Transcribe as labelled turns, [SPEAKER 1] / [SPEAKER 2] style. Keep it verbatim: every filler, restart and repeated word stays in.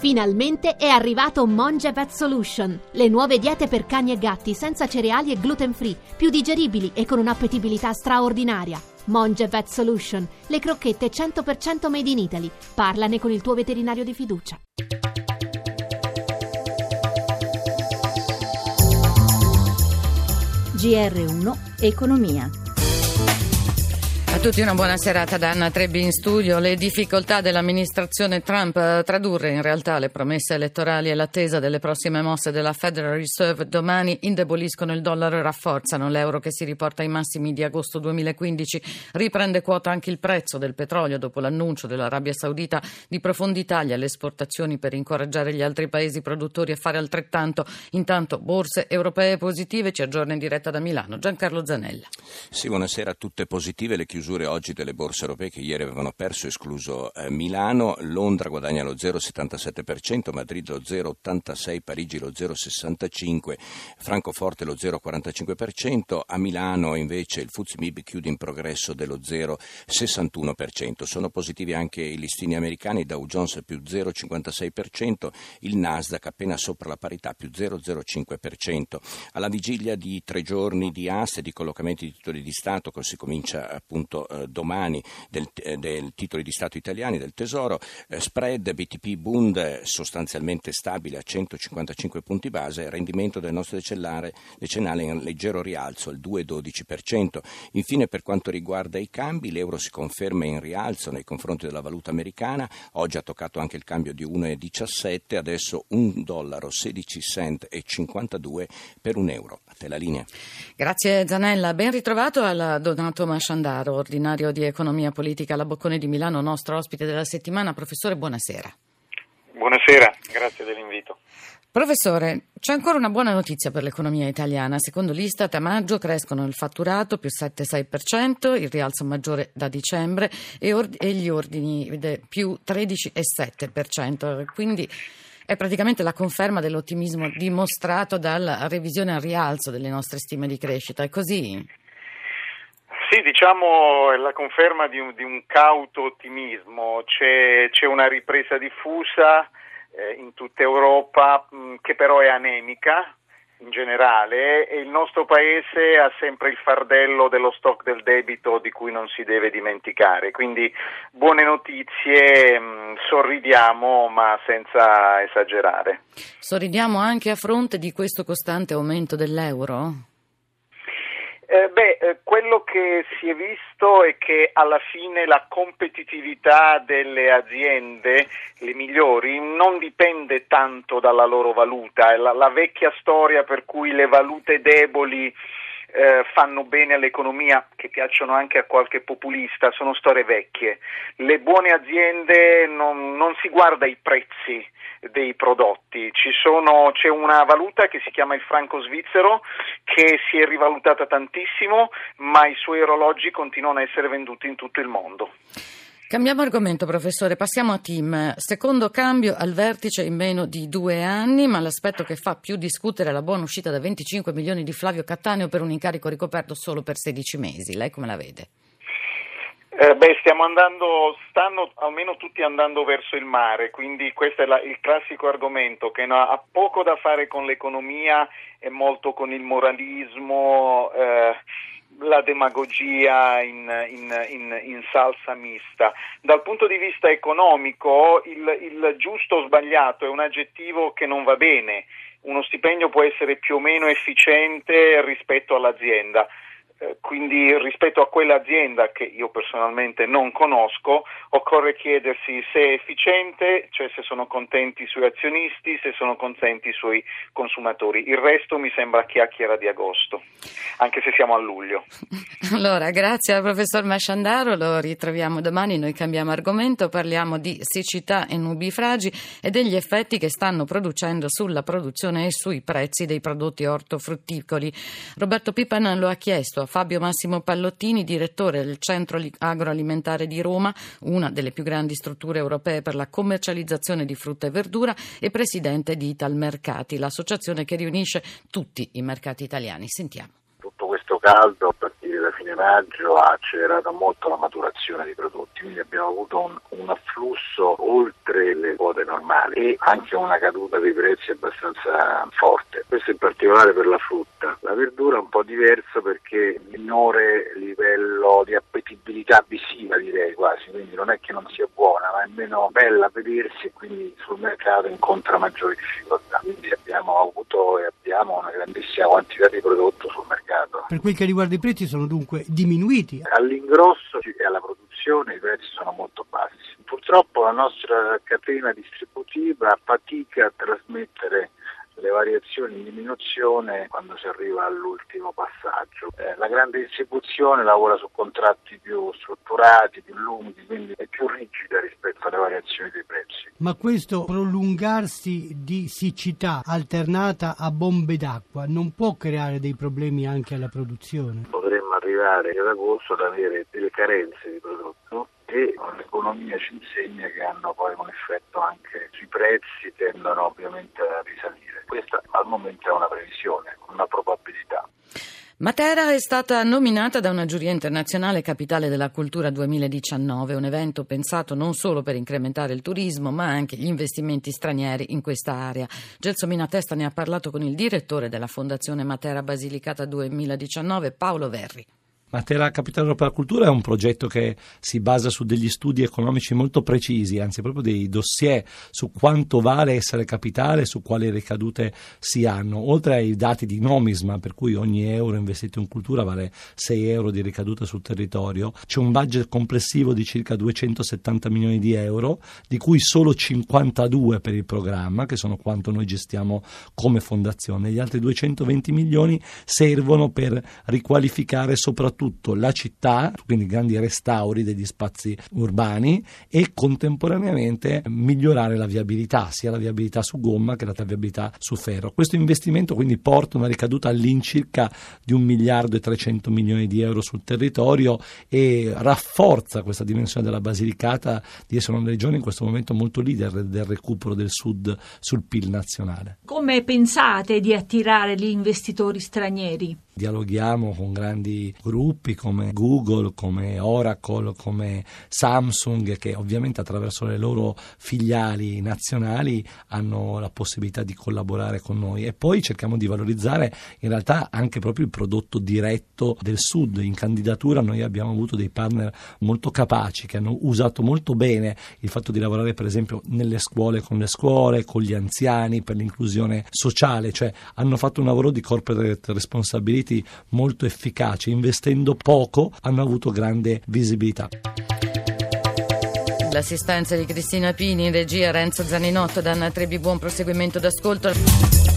[SPEAKER 1] Finalmente è arrivato Monge Vet Solution, le nuove diete per cani e gatti senza cereali e gluten free, più digeribili e con un'appetibilità straordinaria. Monge Vet Solution, le crocchette cento per cento made in Italy. Parlane con il tuo veterinario di fiducia.
[SPEAKER 2] G R uno Economia.
[SPEAKER 3] A tutti una buona serata da Anna Trebbi in studio. Le difficoltà dell'amministrazione Trump a tradurre in realtà le promesse elettorali e l'attesa delle prossime mosse della Federal Reserve domani indeboliscono il dollaro e rafforzano l'euro che si riporta ai massimi di agosto duemilaquindici. Riprende quota anche il prezzo del petrolio dopo l'annuncio dell'Arabia Saudita di profondi tagli alle esportazioni per incoraggiare gli altri paesi produttori a fare altrettanto. Intanto borse europee positive. Ci aggiorna in diretta da Milano Giancarlo Zanella.
[SPEAKER 4] Sì, buonasera. Tutte positive le chiusure oggi delle borse europee che ieri avevano perso, escluso eh, Milano. Londra guadagna lo zero virgola settantasette per cento, Madrid lo zero virgola ottantasei per cento, Parigi lo zero virgola sessantacinque per cento, Francoforte lo zero virgola quarantacinque per cento. A Milano invece il F T S E M I B chiude in progresso dello zero virgola sessantuno per cento. Sono positivi anche i listini americani, Dow Jones più zero virgola cinquantasei per cento, il Nasdaq appena sopra la parità più zero virgola zero cinque per cento. Alla vigilia di tre giorni di aste, di collocamenti di titoli di Stato, così comincia appunto eh, domani del, eh, del titoli di Stato italiani, del Tesoro, eh, spread B T P Bund eh, sostanzialmente stabile a centocinquantacinque punti base, rendimento del nostro decennale, decennale in leggero rialzo al due virgola dodici per cento. Infine, per quanto riguarda i cambi, l'euro si conferma in rialzo nei confronti della valuta americana, oggi ha toccato anche il cambio di uno virgola diciassette, adesso un dollaro sedici cent e cinquantadue per un euro. A te la linea.
[SPEAKER 3] Grazie Zanella, ben ritrovato al Donato Masciandaro, ordinario di economia politica alla Bocconi di Milano, nostro ospite della settimana. Professore, buonasera.
[SPEAKER 5] Buonasera, grazie dell'invito.
[SPEAKER 3] Professore, c'è ancora una buona notizia per l'economia italiana. Secondo l'Istat a maggio crescono il fatturato più sette virgola sei per cento, il rialzo maggiore da dicembre, e, or- e gli ordini de- più tredici virgola sette per cento. Quindi è praticamente la conferma dell'ottimismo dimostrato dalla revisione al rialzo delle nostre stime di crescita. È così?
[SPEAKER 5] Sì, diciamo è la conferma di un, di un cauto ottimismo. C'è, c'è una ripresa diffusa eh, in tutta Europa mh, che però è anemica in generale, e il nostro paese ha sempre il fardello dello stock del debito di cui non si deve dimenticare. Quindi buone notizie, mh, sorridiamo ma senza esagerare.
[SPEAKER 3] Sorridiamo anche a fronte di questo costante aumento dell'euro?
[SPEAKER 5] Eh, beh, eh, quello che si è visto è che alla fine la competitività delle aziende, le migliori, non dipende tanto dalla loro valuta. La, la vecchia storia per cui le valute deboli eh, fanno bene all'economia, che piacciono anche a qualche populista, sono storie vecchie. Le buone aziende non, non si guarda i prezzi dei prodotti, ci sono, c'è una valuta che si chiama il franco svizzero che si è rivalutata tantissimo, ma i suoi orologi continuano a essere venduti in tutto il mondo.
[SPEAKER 3] Cambiamo argomento, professore, passiamo a T I M. Secondo cambio al vertice in meno di due anni, ma l'aspetto che fa più discutere è la buona uscita da venticinque milioni di Flavio Cattaneo per un incarico ricoperto solo per sedici mesi. Lei come la vede?
[SPEAKER 5] Eh, beh, stiamo andando, stanno almeno tutti andando verso il mare, quindi questo è la, il classico argomento che no, ha poco da fare con l'economia e molto con il moralismo, eh, la demagogia in, in, in, in salsa mista. Dal punto di vista economico, il, il giusto o sbagliato è un aggettivo che non va bene. Uno stipendio può essere più o meno efficiente rispetto all'azienda. Quindi rispetto a quell'azienda che io personalmente non conosco, occorre chiedersi se è efficiente, cioè se sono contenti i suoi azionisti, se sono contenti i suoi consumatori. Il resto mi sembra chiacchiera di agosto, anche se siamo a luglio.
[SPEAKER 3] Allora, grazie al professor Masciandaro, lo ritroviamo domani. Noi cambiamo argomento, parliamo di siccità e nubifragi e degli effetti che stanno producendo sulla produzione e sui prezzi dei prodotti ortofrutticoli. Roberto Pipan lo ha chiesto a Fabio Massimo Pallottini, direttore del Centro Agroalimentare di Roma, una delle più grandi strutture europee per la commercializzazione di frutta e verdura, e presidente di Italmercati, l'associazione che riunisce tutti i mercati italiani. Sentiamo.
[SPEAKER 6] Tutto questo caldo a partire da fine maggio ha accelerato molto la maturazione dei prodotti, quindi abbiamo avuto un, un afflusso oltre le quote normali e anche una caduta dei prezzi abbastanza forte. Questo in particolare per la frutta. La verdura è un po' diverso perché minore livello di appetibilità visiva, direi quasi, quindi non è che non sia buona, ma è meno bella a vedersi e quindi sul mercato incontra maggiori difficoltà. Quindi abbiamo avuto e abbiamo una grandissima quantità di prodotto sul mercato.
[SPEAKER 7] Per quel che riguarda i prezzi sono dunque diminuiti?
[SPEAKER 6] All'ingrosso e alla produzione i prezzi sono molto bassi. Purtroppo la nostra catena distributiva fatica a trasmettere le variazioni in diminuzione quando si arriva all'ultimo passaggio. Eh, la grande distribuzione lavora su contratti più strutturati, più lunghi, quindi è più rigida rispetto alle variazioni dei prezzi.
[SPEAKER 7] Ma questo prolungarsi di siccità alternata a bombe d'acqua non può creare dei problemi anche alla produzione?
[SPEAKER 6] Potremmo arrivare ad agosto ad avere delle carenze di prodotto e l'economia ci insegna che hanno poi un effetto anche sui prezzi, tendono ovviamente a risalire. Questa al momento è una previsione, una probabilità.
[SPEAKER 3] Matera è stata nominata da una giuria internazionale Capitale della Cultura duemiladiciannove, un evento pensato non solo per incrementare il turismo ma anche gli investimenti stranieri in questa area. Gelsomina Testa ne ha parlato con il direttore della Fondazione Matera Basilicata duemiladiciannove, Paolo Verri.
[SPEAKER 8] Matera Capitale Europea della Cultura è un progetto che si basa su degli studi economici molto precisi, anzi proprio dei dossier su quanto vale essere capitale, su quali ricadute si hanno, oltre ai dati di nomisma, per cui ogni euro investito in cultura vale sei euro di ricaduta sul territorio. C'è un budget complessivo di circa duecentosettanta milioni di euro, di cui solo cinquantadue per il programma, che sono quanto noi gestiamo come fondazione. Gli altri duecentoventi milioni servono per riqualificare soprattutto la città, quindi grandi restauri degli spazi urbani e contemporaneamente migliorare la viabilità, sia la viabilità su gomma che la viabilità su ferro. Questo investimento quindi porta una ricaduta all'incirca di un miliardo e trecento milioni di euro sul territorio e rafforza questa dimensione della Basilicata di essere una regione in questo momento molto leader del recupero del sud sul P I L nazionale.
[SPEAKER 9] Come pensate di attirare gli investitori stranieri?
[SPEAKER 8] Dialoghiamo con grandi gruppi come Google, come Oracle, come Samsung, che ovviamente attraverso le loro filiali nazionali hanno la possibilità di collaborare con noi, e poi cerchiamo di valorizzare in realtà anche proprio il prodotto diretto del sud. In candidatura noi abbiamo avuto dei partner molto capaci che hanno usato molto bene il fatto di lavorare per esempio nelle scuole con le scuole, con gli anziani, per l'inclusione sociale, cioè hanno fatto un lavoro di corporate responsibility molto efficace, investendo poco hanno avuto grande visibilità.
[SPEAKER 3] L'assistenza di Cristina Pini, in regia Renzo Zaninotto, Danna Trebbi, buon proseguimento d'ascolto.